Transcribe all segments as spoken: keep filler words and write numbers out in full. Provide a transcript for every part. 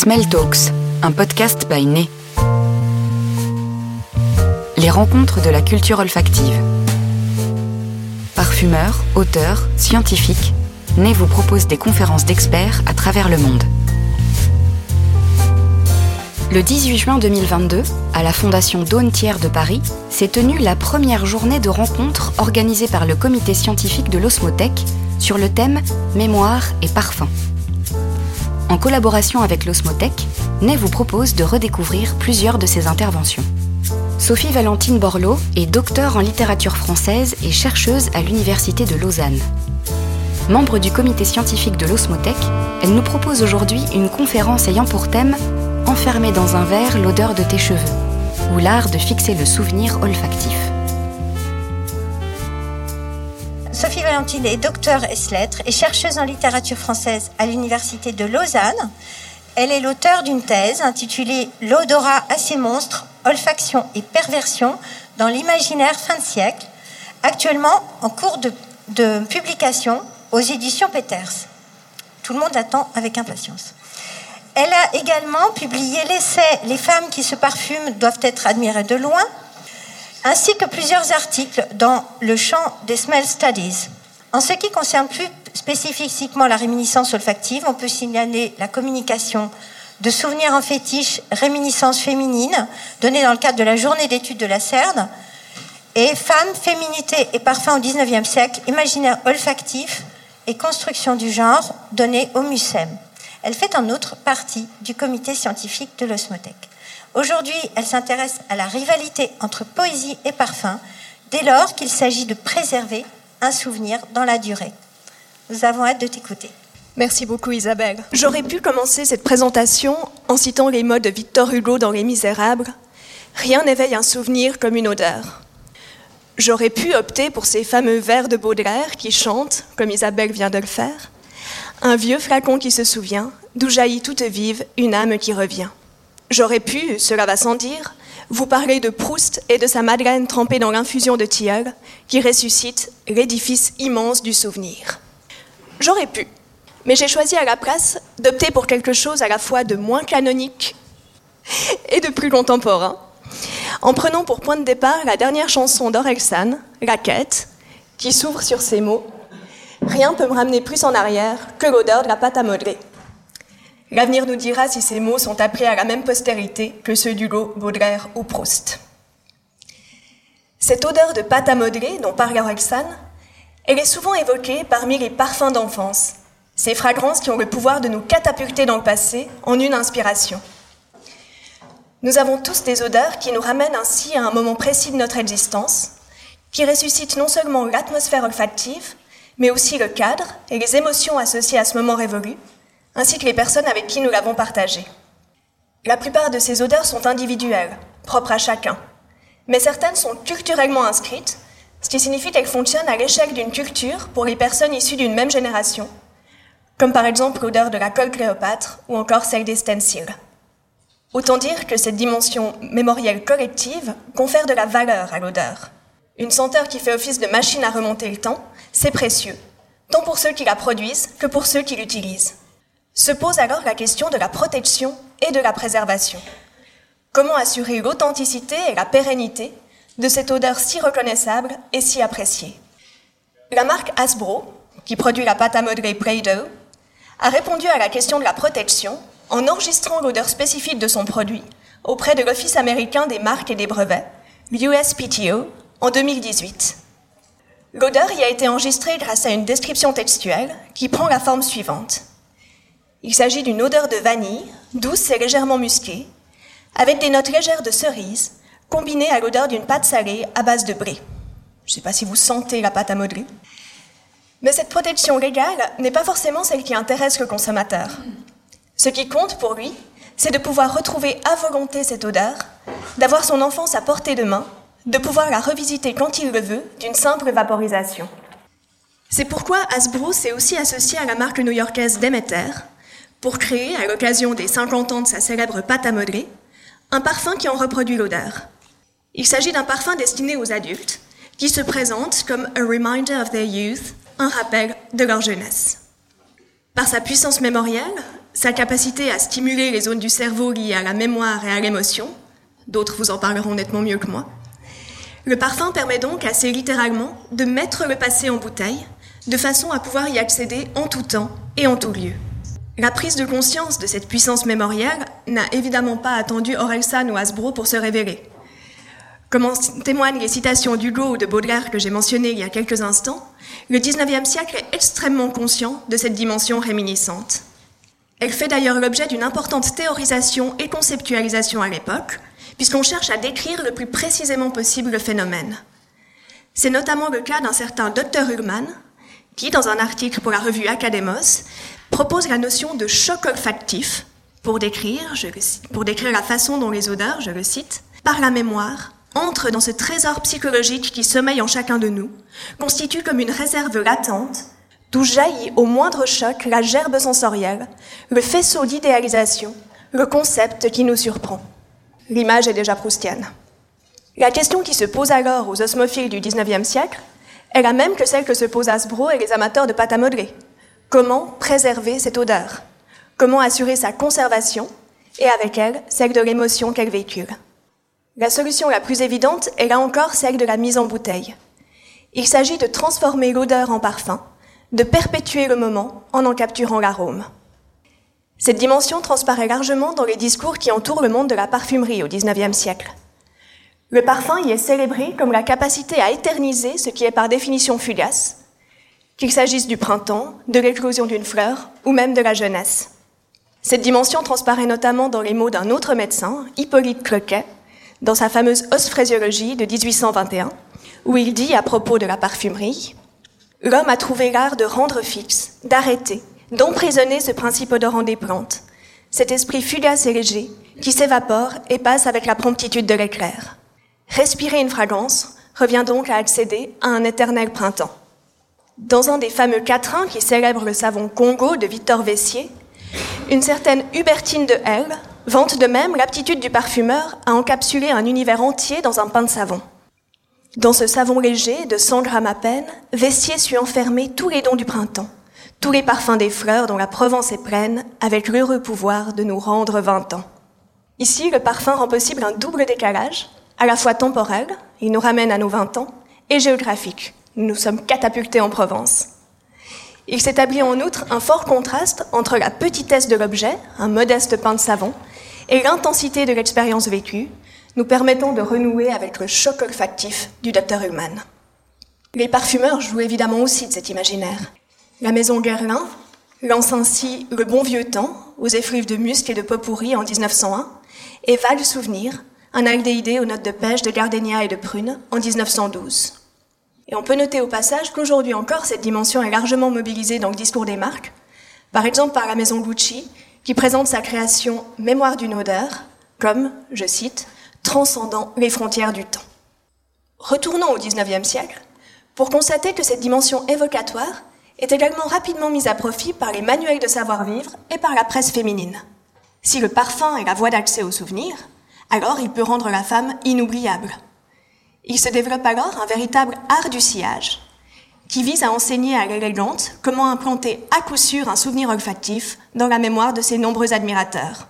Smell Talks, un podcast by Né. Les rencontres de la culture olfactive. Parfumeurs, auteurs, scientifiques, Né vous propose des conférences d'experts à travers le monde. Le dix-huit juin deux mille vingt-deux, à la Fondation Dawn Thiers de Paris, s'est tenue la première journée de rencontres organisée par le comité scientifique de l'Osmothèque sur le thème « Mémoire et parfum ». En collaboration avec l'Osmothèque, Né vous propose de redécouvrir plusieurs de ses interventions. Sophie Valentine Borloo est docteure en littérature française et chercheuse à l'Université de Lausanne. Membre du comité scientifique de l'Osmothèque, elle nous propose aujourd'hui une conférence ayant pour thème « Enfermer dans un verre l'odeur de tes cheveux » ou l'art de fixer le souvenir olfactif. Sophie Valentine est docteure ès-lettres et chercheuse en littérature française à l'Université de Lausanne. Elle est l'auteure d'une thèse intitulée « L'odorat à ses monstres, olfaction et perversion dans l'imaginaire fin de siècle », actuellement en cours de, de publication aux éditions Peters. Tout le monde attend avec impatience. Elle a également publié l'essai « Les femmes qui se parfument doivent être admirées de loin », ainsi que plusieurs articles dans le champ des Smell Studies. En ce qui concerne plus spécifiquement la réminiscence olfactive, on peut signaler la communication de souvenirs en fétiche réminiscence féminine, donnée dans le cadre de la journée d'études de la CERN, et Femmes, féminité et parfum au dix-neuvième siècle, imaginaire olfactif et construction du genre, donnée au MUSEM. Elle fait en outre partie du comité scientifique de l'Osmothèque. Aujourd'hui, elle s'intéresse à la rivalité entre poésie et parfum, dès lors qu'il s'agit de préserver un souvenir dans la durée. Nous avons hâte de t'écouter. Merci beaucoup Isabelle. J'aurais pu commencer cette présentation en citant les mots de Victor Hugo dans Les Misérables. Rien n'éveille un souvenir comme une odeur. J'aurais pu opter pour ces fameux vers de Baudelaire qui chantent, comme Isabelle vient de le faire, un vieux flacon qui se souvient, d'où jaillit toute vive une âme qui revient. J'aurais pu, cela va sans dire, vous parler de Proust et de sa madeleine trempée dans l'infusion de tilleul qui ressuscite l'édifice immense du souvenir. J'aurais pu, mais j'ai choisi à la place d'opter pour quelque chose à la fois de moins canonique et de plus contemporain, en prenant pour point de départ la dernière chanson d'Orelsan, La Quête, qui s'ouvre sur ces mots « Rien peut me ramener plus en arrière que l'odeur de la pâte à modeler ». L'avenir nous dira si ces mots sont appelés à la même postérité que ceux d'Hugo, Baudelaire ou Proust. Cette odeur de pâte à modeler dont parle Orelsan, elle est souvent évoquée parmi les parfums d'enfance, ces fragrances qui ont le pouvoir de nous catapulter dans le passé en une inspiration. Nous avons tous des odeurs qui nous ramènent ainsi à un moment précis de notre existence, qui ressuscitent non seulement l'atmosphère olfactive, mais aussi le cadre et les émotions associées à ce moment révolu, ainsi que les personnes avec qui nous l'avons partagé. La plupart de ces odeurs sont individuelles, propres à chacun, mais certaines sont culturellement inscrites, ce qui signifie qu'elles fonctionnent à l'échelle d'une culture pour les personnes issues d'une même génération, comme par exemple l'odeur de la colle Cléopâtre ou encore celle des stencils. Autant dire que cette dimension mémorielle collective confère de la valeur à l'odeur. Une senteur qui fait office de machine à remonter le temps, c'est précieux, tant pour ceux qui la produisent que pour ceux qui l'utilisent. Se pose alors la question de la protection et de la préservation. Comment assurer l'authenticité et la pérennité de cette odeur si reconnaissable et si appréciée? La marque Hasbro, qui produit la pâte à modeler Play-Doh, a répondu à la question de la protection en enregistrant l'odeur spécifique de son produit auprès de l'Office américain des marques et des brevets, l'U S P T O, en deux mille dix-huit. L'odeur y a été enregistrée grâce à une description textuelle qui prend la forme suivante. Il s'agit d'une odeur de vanille, douce et légèrement musquée, avec des notes légères de cerise, combinées à l'odeur d'une pâte salée à base de brie. Je ne sais pas si vous sentez la pâte à modeler. Mais cette protection légale n'est pas forcément celle qui intéresse le consommateur. Ce qui compte pour lui, c'est de pouvoir retrouver à volonté cette odeur, d'avoir son enfance à portée de main, de pouvoir la revisiter quand il le veut, d'une simple vaporisation. C'est pourquoi Hasbro s'est aussi associé à la marque new-yorkaise Demeter, pour créer, à l'occasion des cinquante ans de sa célèbre pâte à modeler, un parfum qui en reproduit l'odeur. Il s'agit d'un parfum destiné aux adultes, qui se présente comme « a reminder of their youth », un rappel de leur jeunesse. Par sa puissance mémorielle, sa capacité à stimuler les zones du cerveau liées à la mémoire et à l'émotion, d'autres vous en parleront nettement mieux que moi. Le parfum permet donc assez littéralement de mettre le passé en bouteille, de façon à pouvoir y accéder en tout temps et en tout lieu. La prise de conscience de cette puissance mémorielle n'a évidemment pas attendu Orelsan ou Hasbro pour se révéler. Comme en témoignent les citations d'Hugo ou de Baudelaire que j'ai mentionnées il y a quelques instants, le dix-neuvième siècle est extrêmement conscient de cette dimension réminiscente. Elle fait d'ailleurs l'objet d'une importante théorisation et conceptualisation à l'époque, puisqu'on cherche à décrire le plus précisément possible le phénomène. C'est notamment le cas d'un certain docteur Ullmann, qui, dans un article pour la revue Academos, propose la notion de choc olfactif pour décrire, je le cite, pour décrire la façon dont les odeurs, je le cite, par la mémoire, entrent dans ce trésor psychologique qui sommeille en chacun de nous, constitue comme une réserve latente, d'où jaillit au moindre choc la gerbe sensorielle, le faisceau d'idéalisation, le concept qui nous surprend. L'image est déjà proustienne. La question qui se pose alors aux osmophiles du dix-neuvième siècle est la même que celle que se posent Hasbro et les amateurs de pâte à modeler. Comment préserver cette odeur? Comment assurer sa conservation et avec elle, celle de l'émotion qu'elle véhicule? La solution la plus évidente est là encore celle de la mise en bouteille. Il s'agit de transformer l'odeur en parfum, de perpétuer le moment en en capturant l'arôme. Cette dimension transparaît largement dans les discours qui entourent le monde de la parfumerie au dix-neuvième siècle. Le parfum y est célébré comme la capacité à éterniser ce qui est par définition fugace, qu'il s'agisse du printemps, de l'éclosion d'une fleur ou même de la jeunesse. Cette dimension transparaît notamment dans les mots d'un autre médecin, Hippolyte Cloquet, dans sa fameuse Osphrésiologie de dix-huit cent vingt et un, où il dit à propos de la parfumerie « L'homme a trouvé l'art de rendre fixe, d'arrêter, d'emprisonner ce principe odorant des plantes, cet esprit fugace et léger qui s'évapore et passe avec la promptitude de l'éclair. Respirer une fragrance revient donc à accéder à un éternel printemps. » Dans un des fameux quatrains qui célèbre le savon Congo de Victor Vessier, une certaine Hubertine de Helle vante de même l'aptitude du parfumeur à encapsuler un univers entier dans un pain de savon. Dans ce savon léger, de cent grammes à peine, Vessier sut enfermer tous les dons du printemps, tous les parfums des fleurs dont la Provence est pleine, avec l'heureux pouvoir de nous rendre vingt ans. Ici, le parfum rend possible un double décalage, à la fois temporel, il nous ramène à nos vingt ans, et géographique, nous nous sommes catapultés en Provence. Il s'établit en outre un fort contraste entre la petitesse de l'objet, un modeste pain de savon, et l'intensité de l'expérience vécue, nous permettant de renouer avec le choc olfactif du docteur Ullmann. Les parfumeurs jouent évidemment aussi de cet imaginaire. La maison Guerlain lance ainsi Le bon vieux temps aux effluves de musc et de pot-pourri en dix-neuf cent un et Vague souvenir, un aldéhydé aux notes de pêche, de gardénia et de prune en dix-neuf cent douze. Et on peut noter au passage qu'aujourd'hui encore, cette dimension est largement mobilisée dans le discours des marques, par exemple par la maison Gucci, qui présente sa création « Mémoire d'une odeur » comme, je cite, « transcendant les frontières du temps ». Retournons au dix-neuvième siècle, pour constater que cette dimension évocatoire est également rapidement mise à profit par les manuels de savoir-vivre et par la presse féminine. Si le parfum est la voie d'accès au souvenir, alors il peut rendre la femme inoubliable. Il se développe alors un véritable art du sillage, qui vise à enseigner à l'élégante comment implanter à coup sûr un souvenir olfactif dans la mémoire de ses nombreux admirateurs.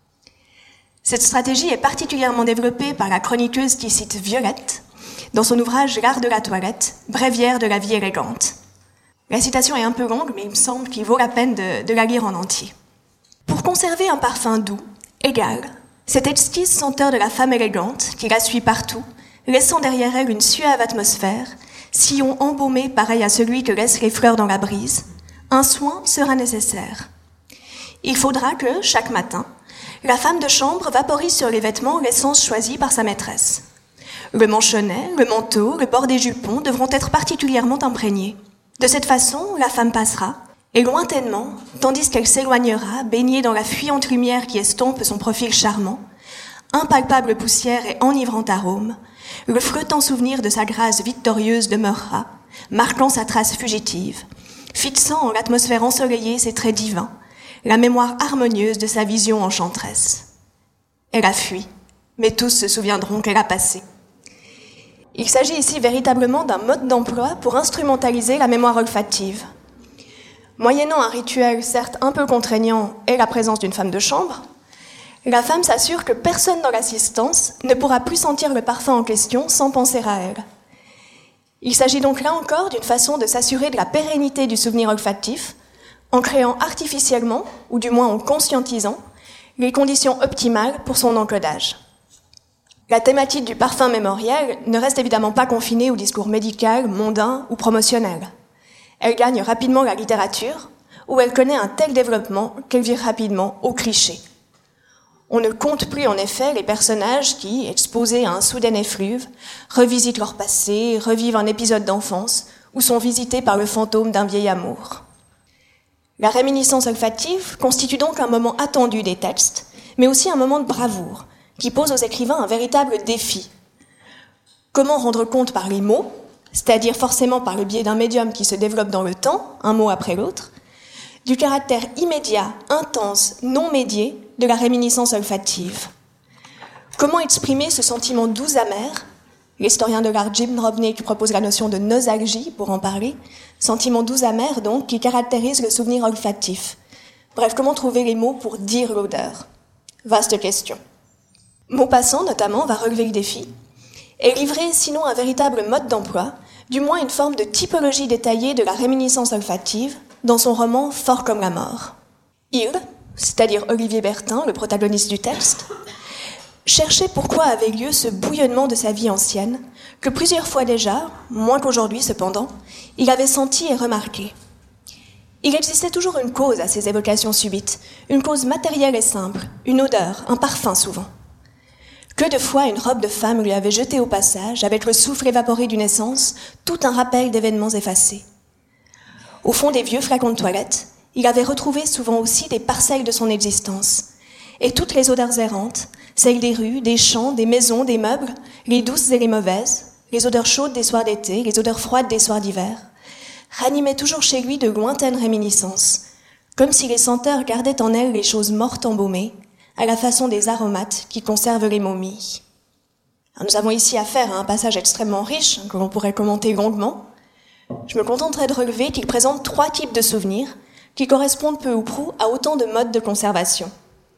Cette stratégie est particulièrement développée par la chroniqueuse qui cite Violette dans son ouvrage L'art de la toilette, bréviaire de la vie élégante. La citation est un peu longue, mais il me semble qu'il vaut la peine de, de la lire en entier. Pour conserver un parfum doux, égal, cette exquise senteur de la femme élégante qui la suit partout, laissant derrière elle une suave atmosphère, sillon embaumé pareil à celui que laissent les fleurs dans la brise, un soin sera nécessaire. Il faudra que, chaque matin, la femme de chambre vaporise sur les vêtements l'essence choisie par sa maîtresse. Le manchonnet, le manteau, le bord des jupons devront être particulièrement imprégnés. De cette façon, la femme passera, et lointainement, tandis qu'elle s'éloignera, baignée dans la fuyante lumière qui estompe son profil charmant, impalpable poussière et enivrant arôme, le flottant souvenir de sa grâce victorieuse demeurera, marquant sa trace fugitive, fixant en l'atmosphère ensoleillée ses traits divins, la mémoire harmonieuse de sa vision enchanteresse. Elle a fui, mais tous se souviendront qu'elle a passé. Il s'agit ici véritablement d'un mode d'emploi pour instrumentaliser la mémoire olfactive. Moyennant un rituel certes un peu contraignant et la présence d'une femme de chambre, la femme s'assure que personne dans l'assistance ne pourra plus sentir le parfum en question sans penser à elle. Il s'agit donc là encore d'une façon de s'assurer de la pérennité du souvenir olfactif en créant artificiellement, ou du moins en conscientisant, les conditions optimales pour son encodage. La thématique du parfum mémoriel ne reste évidemment pas confinée au discours médical, mondain ou promotionnel. Elle gagne rapidement la littérature, où elle connaît un tel développement qu'elle vire rapidement au cliché. On ne compte plus en effet les personnages qui, exposés à un soudain effluve, revisitent leur passé, revivent un épisode d'enfance ou sont visités par le fantôme d'un vieil amour. La réminiscence olfactive constitue donc un moment attendu des textes, mais aussi un moment de bravoure, qui pose aux écrivains un véritable défi. Comment rendre compte par les mots, c'est-à-dire forcément par le biais d'un médium qui se développe dans le temps, un mot après l'autre, du caractère immédiat, intense, non médié de la réminiscence olfactive. Comment exprimer ce sentiment doux amer, l'historien de l'art Jim Drobny qui propose la notion de nosalgie pour en parler, sentiment doux amer donc qui caractérise le souvenir olfactif. Bref, comment trouver les mots pour dire l'odeur? Vaste question. Maupassant notamment va relever le défi et livrer sinon un véritable mode d'emploi, du moins une forme de typologie détaillée de la réminiscence olfactive dans son roman Fort comme la mort. Il, c'est-à-dire Olivier Bertin, le protagoniste du texte, cherchait pourquoi avait lieu ce bouillonnement de sa vie ancienne, que plusieurs fois déjà, moins qu'aujourd'hui cependant, il avait senti et remarqué. Il existait toujours une cause à ces évocations subites, une cause matérielle et simple, une odeur, un parfum souvent. Que de fois une robe de femme lui avait jeté au passage, avec le souffle évaporé d'une essence, tout un rappel d'événements effacés. Au fond des vieux flacons de toilette, il avait retrouvé souvent aussi des parcelles de son existence. Et toutes les odeurs errantes, celles des rues, des champs, des maisons, des meubles, les douces et les mauvaises, les odeurs chaudes des soirs d'été, les odeurs froides des soirs d'hiver, ranimaient toujours chez lui de lointaines réminiscences, comme si les senteurs gardaient en elles les choses mortes embaumées, à la façon des aromates qui conservent les momies. Alors nous avons ici affaire à un passage extrêmement riche, que l'on pourrait commenter longuement. Je me contenterai de relever qu'il présente trois types de souvenirs qui correspondent peu ou prou à autant de modes de conservation.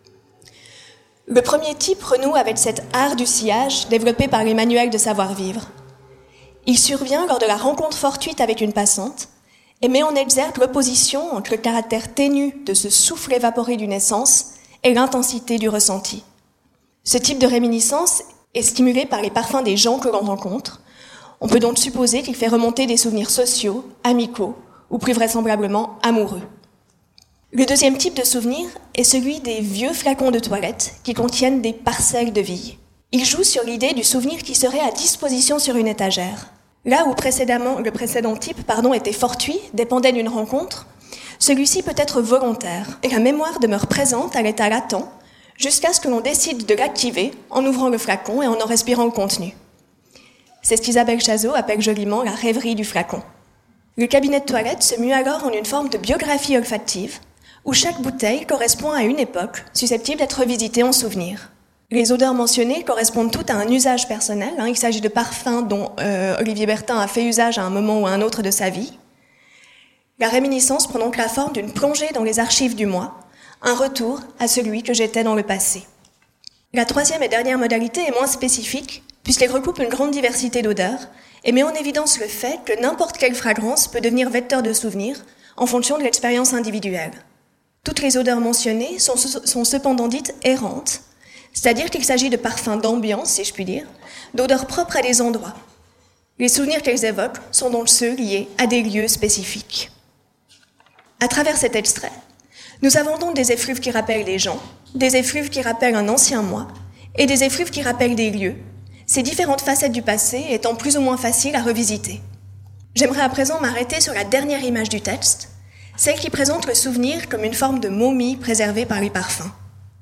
Le premier type renoue avec cet art du sillage développé par les manuels de savoir-vivre. Il survient lors de la rencontre fortuite avec une passante et met en exergue l'opposition entre le caractère ténu de ce souffle évaporé d'une essence et l'intensité du ressenti. Ce type de réminiscence est stimulé par les parfums des gens que l'on rencontre. On peut donc supposer qu'il fait remonter des souvenirs sociaux, amicaux ou plus vraisemblablement amoureux. Le deuxième type de souvenir est celui des vieux flacons de toilette qui contiennent des parcelles de vie. Il joue sur l'idée du souvenir qui serait à disposition sur une étagère. Là où précédemment, le précédent type pardon, était fortuit, dépendait d'une rencontre, celui-ci peut être volontaire et la mémoire demeure présente à l'état latent jusqu'à ce que l'on décide de l'activer en ouvrant le flacon et en en respirant le contenu. C'est ce qu'Isabelle Chazot appelle joliment la rêverie du flacon. Le cabinet de toilette se mue alors en une forme de biographie olfactive où chaque bouteille correspond à une époque susceptible d'être revisitée en souvenir. Les odeurs mentionnées correspondent toutes à un usage personnel. Hein. Il s'agit de parfums dont euh, Olivier Bertin a fait usage à un moment ou à un autre de sa vie. La réminiscence prend donc la forme d'une plongée dans les archives du moi, un retour à celui que j'étais dans le passé. La troisième et dernière modalité est moins spécifique, puisqu'elle recoupe une grande diversité d'odeurs et met en évidence le fait que n'importe quelle fragrance peut devenir vecteur de souvenirs en fonction de l'expérience individuelle. Toutes les odeurs mentionnées sont, sont cependant dites errantes, c'est-à-dire qu'il s'agit de parfums d'ambiance, si je puis dire, d'odeurs propres à des endroits. Les souvenirs qu'elles évoquent sont donc ceux liés à des lieux spécifiques. À travers cet extrait, nous avons donc des effluves qui rappellent des gens, des effluves qui rappellent un ancien moi, et des effluves qui rappellent des lieux, ces différentes facettes du passé étant plus ou moins faciles à revisiter. J'aimerais à présent m'arrêter sur la dernière image du texte, celle qui présente le souvenir comme une forme de momie préservée par les parfums.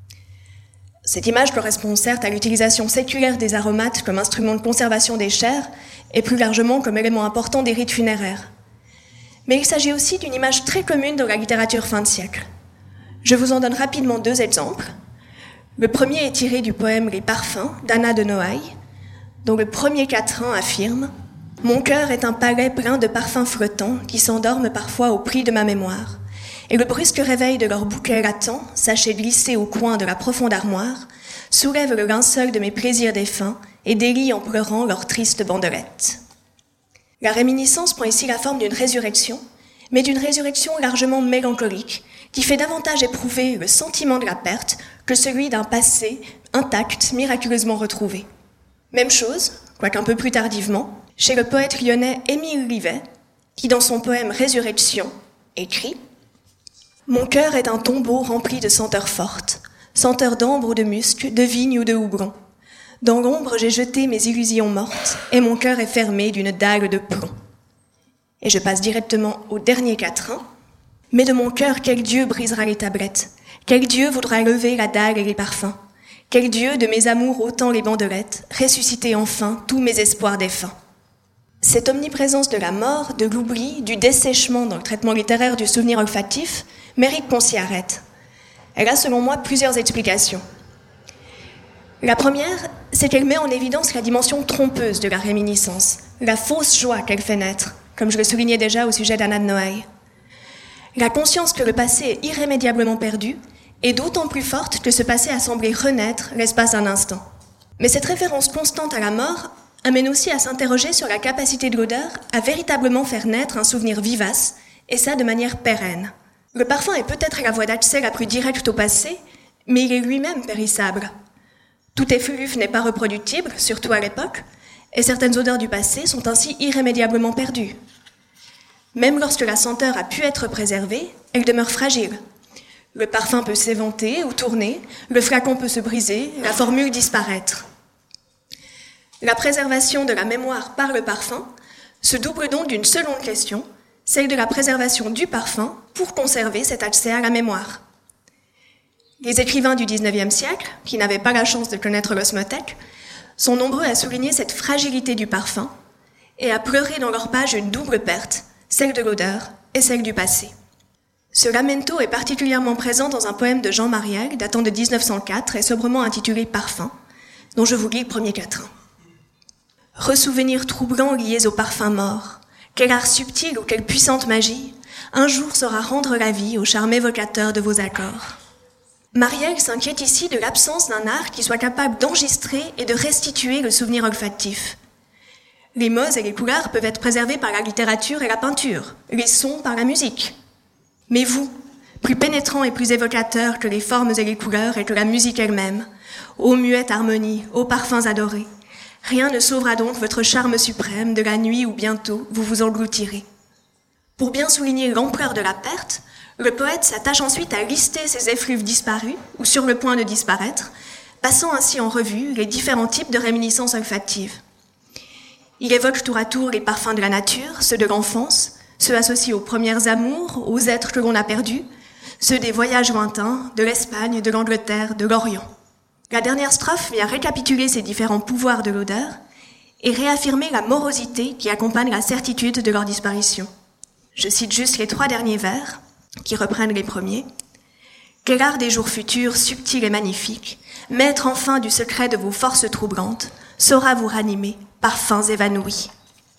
Cette image correspond certes à l'utilisation séculaire des aromates comme instrument de conservation des chairs et plus largement comme élément important des rites funéraires. Mais il s'agit aussi d'une image très commune dans la littérature fin de siècle. Je vous en donne rapidement deux exemples. Le premier est tiré du poème Les Parfums d'Anna de Noailles, dont le premier quatrain affirme « Mon cœur est un palais plein de parfums flottants qui s'endorment parfois au pli de ma mémoire, et le brusque réveil de leur bouquet latent, sachet glissé au coin de la profonde armoire, soulève le linceul de mes plaisirs défunts et délie en pleurant leur triste bandelette. La réminiscence prend ici la forme d'une résurrection, mais d'une résurrection largement mélancolique, qui fait davantage éprouver le sentiment de la perte que celui d'un passé intact, miraculeusement retrouvé. Même chose, quoique un peu plus tardivement, chez le poète lyonnais Émile Livet, qui dans son poème Résurrection écrit « Mon cœur est un tombeau rempli de senteurs fortes, senteurs d'ambre ou de musc, de vigne ou de houblon. Dans l'ombre j'ai jeté mes illusions mortes, et mon cœur est fermé d'une dague de plomb. » Et je passe directement au dernier quatrain. « Mais de mon cœur, quel Dieu brisera les tablettes? Quel Dieu voudra lever la dague et les parfums? Quel Dieu de mes amours ôtant les bandelettes, ressusciter enfin tous mes espoirs défunts ?» Cette omniprésence de la mort, de l'oubli, du dessèchement dans le traitement littéraire du souvenir olfactif mérite qu'on s'y arrête. Elle a, selon moi, plusieurs explications. La première, c'est qu'elle met en évidence la dimension trompeuse de la réminiscence, la fausse joie qu'elle fait naître, comme je le soulignais déjà au sujet d'Anna de Noailles. La conscience que le passé est irrémédiablement perdu est d'autant plus forte que ce passé a semblé renaître l'espace d'un instant. Mais cette référence constante à la mort amène aussi à s'interroger sur la capacité de l'odeur à véritablement faire naître un souvenir vivace, et ça de manière pérenne. Le parfum est peut-être la voie d'accès la plus directe au passé, mais il est lui-même périssable. Tout effluve n'est pas reproductible, surtout à l'époque, et certaines odeurs du passé sont ainsi irrémédiablement perdues. Même lorsque la senteur a pu être préservée, elle demeure fragile. Le parfum peut s'éventer ou tourner, le flacon peut se briser, la formule disparaître. La préservation de la mémoire par le parfum se double donc d'une seconde question, celle de la préservation du parfum pour conserver cet accès à la mémoire. Les écrivains du dix-neuvième siècle, qui n'avaient pas la chance de connaître l'osmothèque, sont nombreux à souligner cette fragilité du parfum et à pleurer dans leurs pages une double perte, celle de l'odeur et celle du passé. Ce lamento est particulièrement présent dans un poème de Jean Mariel datant de dix-neuf cent quatre et sobrement intitulé « Parfum », dont je vous lis le premier quatrain. Ressouvenirs troublants liés au parfum mort, quel art subtil ou quelle puissante magie, un jour saura rendre la vie au charme évocateur de vos accords. Mariel s'inquiète ici de l'absence d'un art qui soit capable d'enregistrer et de restituer le souvenir olfactif. Les mots et les couleurs peuvent être préservés par la littérature et la peinture, les sons par la musique. Mais vous, plus pénétrant et plus évocateur que les formes et les couleurs et que la musique elle-même, ô muette harmonie, ô parfums adorés, rien ne sauvera donc votre charme suprême de la nuit où bientôt vous vous engloutirez. Pour bien souligner l'ampleur de la perte, le poète s'attache ensuite à lister ces effluves disparus ou sur le point de disparaître, passant ainsi en revue les différents types de réminiscences olfactives. Il évoque tour à tour les parfums de la nature, ceux de l'enfance, ceux associés aux premières amours, aux êtres que l'on a perdus, ceux des voyages lointains, de l'Espagne, de l'Angleterre, de l'Orient. La dernière strophe vient récapituler ces différents pouvoirs de l'odeur et réaffirmer la morosité qui accompagne la certitude de leur disparition. Je cite juste les trois derniers vers, qui reprennent les premiers. « Quel art des jours futurs, subtil et magnifique, maître enfin du secret de vos forces troublantes, saura vous ranimer, parfums évanouis. »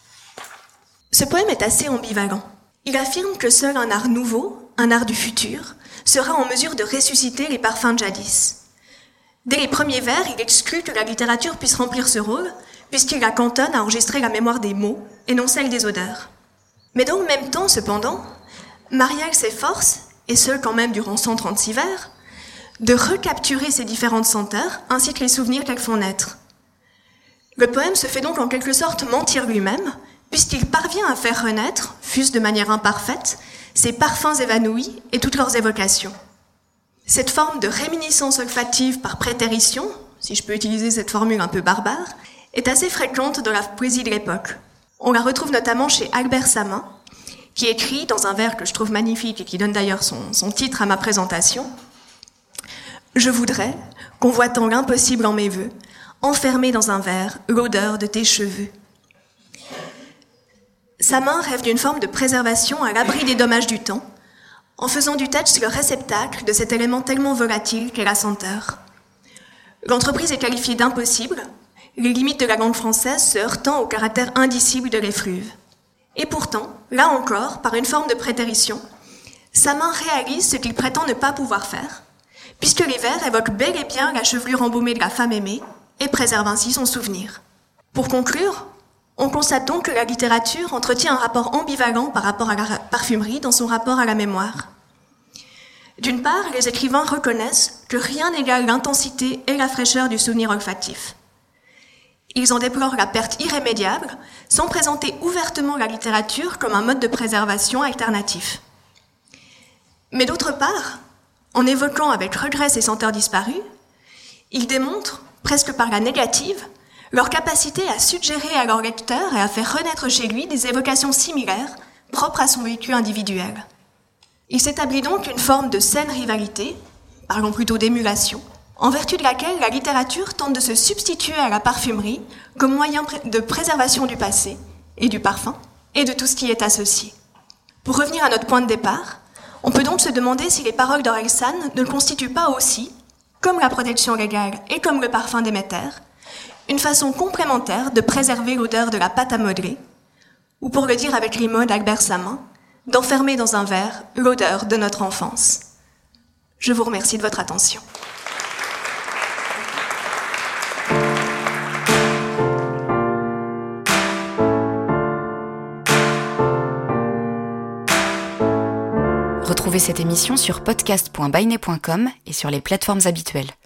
Ce poème est assez ambivalent. Il affirme que seul un art nouveau, un art du futur, sera en mesure de ressusciter les parfums de jadis. Dès les premiers vers, il exclut que la littérature puisse remplir ce rôle, puisqu'il la cantonne à enregistrer la mémoire des mots et non celle des odeurs. Mais dans le même temps, cependant, Mariel s'efforce, et ce quand même durant cent trente-six vers, de recapturer ces différentes senteurs ainsi que les souvenirs qu'elles font naître. Le poème se fait donc en quelque sorte mentir lui-même, puisqu'il parvient à faire renaître, fût-ce de manière imparfaite, ces parfums évanouis et toutes leurs évocations. Cette forme de réminiscence olfactive par prétérition, si je peux utiliser cette formule un peu barbare, est assez fréquente dans la poésie de l'époque. On la retrouve notamment chez Albert Samin, qui écrit dans un vers que je trouve magnifique et qui donne d'ailleurs son, son titre à ma présentation. « Je voudrais, convoitant l'impossible en mes vœux, enfermer dans un verre l'odeur de tes cheveux. » Samin rêve d'une forme de préservation à l'abri des dommages du temps, en faisant du texte le réceptacle de cet élément tellement volatile qu'est la senteur. L'entreprise est qualifiée d'impossible, les limites de la langue française se heurtant au caractère indicible de l'effluve. Et pourtant, là encore, par une forme de prétérition, sa main réalise ce qu'il prétend ne pas pouvoir faire, puisque les vers évoquent bel et bien la chevelure embaumée de la femme aimée et préservent ainsi son souvenir. Pour conclure, on constate donc que la littérature entretient un rapport ambivalent par rapport à la parfumerie dans son rapport à la mémoire. D'une part, les écrivains reconnaissent que rien n'égale l'intensité et la fraîcheur du souvenir olfactif. Ils en déplorent la perte irrémédiable, sans présenter ouvertement la littérature comme un mode de préservation alternatif. Mais d'autre part, en évoquant avec regret ces senteurs disparues, ils démontrent, presque par la négative, leur capacité à suggérer à leur lecteur et à faire renaître chez lui des évocations similaires, propres à son vécu individuel. Il s'établit donc une forme de saine rivalité, parlons plutôt d'émulation, en vertu de laquelle la littérature tente de se substituer à la parfumerie comme moyen de préservation du passé et du parfum et de tout ce qui y est associé. Pour revenir à notre point de départ, on peut donc se demander si les paroles d'Orelsan ne constituent pas aussi, comme la protection légale et comme le parfum Déméter, une façon complémentaire de préserver l'odeur de la pâte à modeler, ou pour le dire avec les mots d'Albert Samin, d'enfermer dans un verre l'odeur de notre enfance. Je vous remercie de votre attention. Retrouvez cette émission sur podcast point bainet point com et sur les plateformes habituelles.